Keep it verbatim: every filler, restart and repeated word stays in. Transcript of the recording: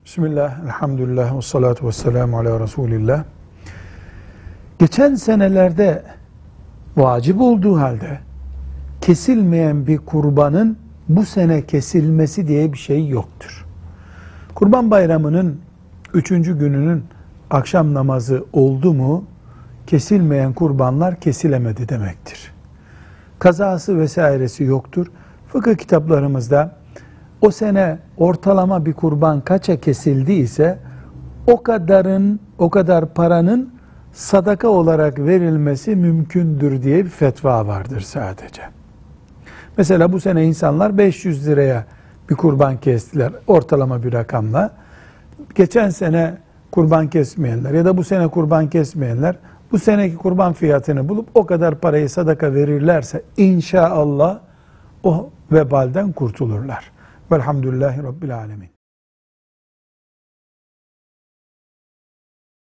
Bismillah, elhamdülillah, ve salatu ve selamu ala Resulillah. Geçen senelerde vacip olduğu halde kesilmeyen bir kurbanın bu sene kesilmesi diye bir şey yoktur. Kurban Bayramı'nın üçüncü gününün akşam namazı oldu mu kesilmeyen kurbanlar kesilemedi demektir. Kazası vesairesi yoktur. Fıkıh kitaplarımızda o sene ortalama bir kurban kaça kesildiyse o kadarın, o kadar paranın sadaka olarak verilmesi mümkündür diye bir fetva vardır sadece. Mesela bu sene insanlar beş yüz liraya bir kurban kestiler ortalama bir rakamla. Geçen sene kurban kesmeyenler ya da bu sene kurban kesmeyenler bu seneki kurban fiyatını bulup o kadar parayı sadaka verirlerse inşallah o vebalden kurtulurlar. Velhamdülillahi Rabbil Alemin.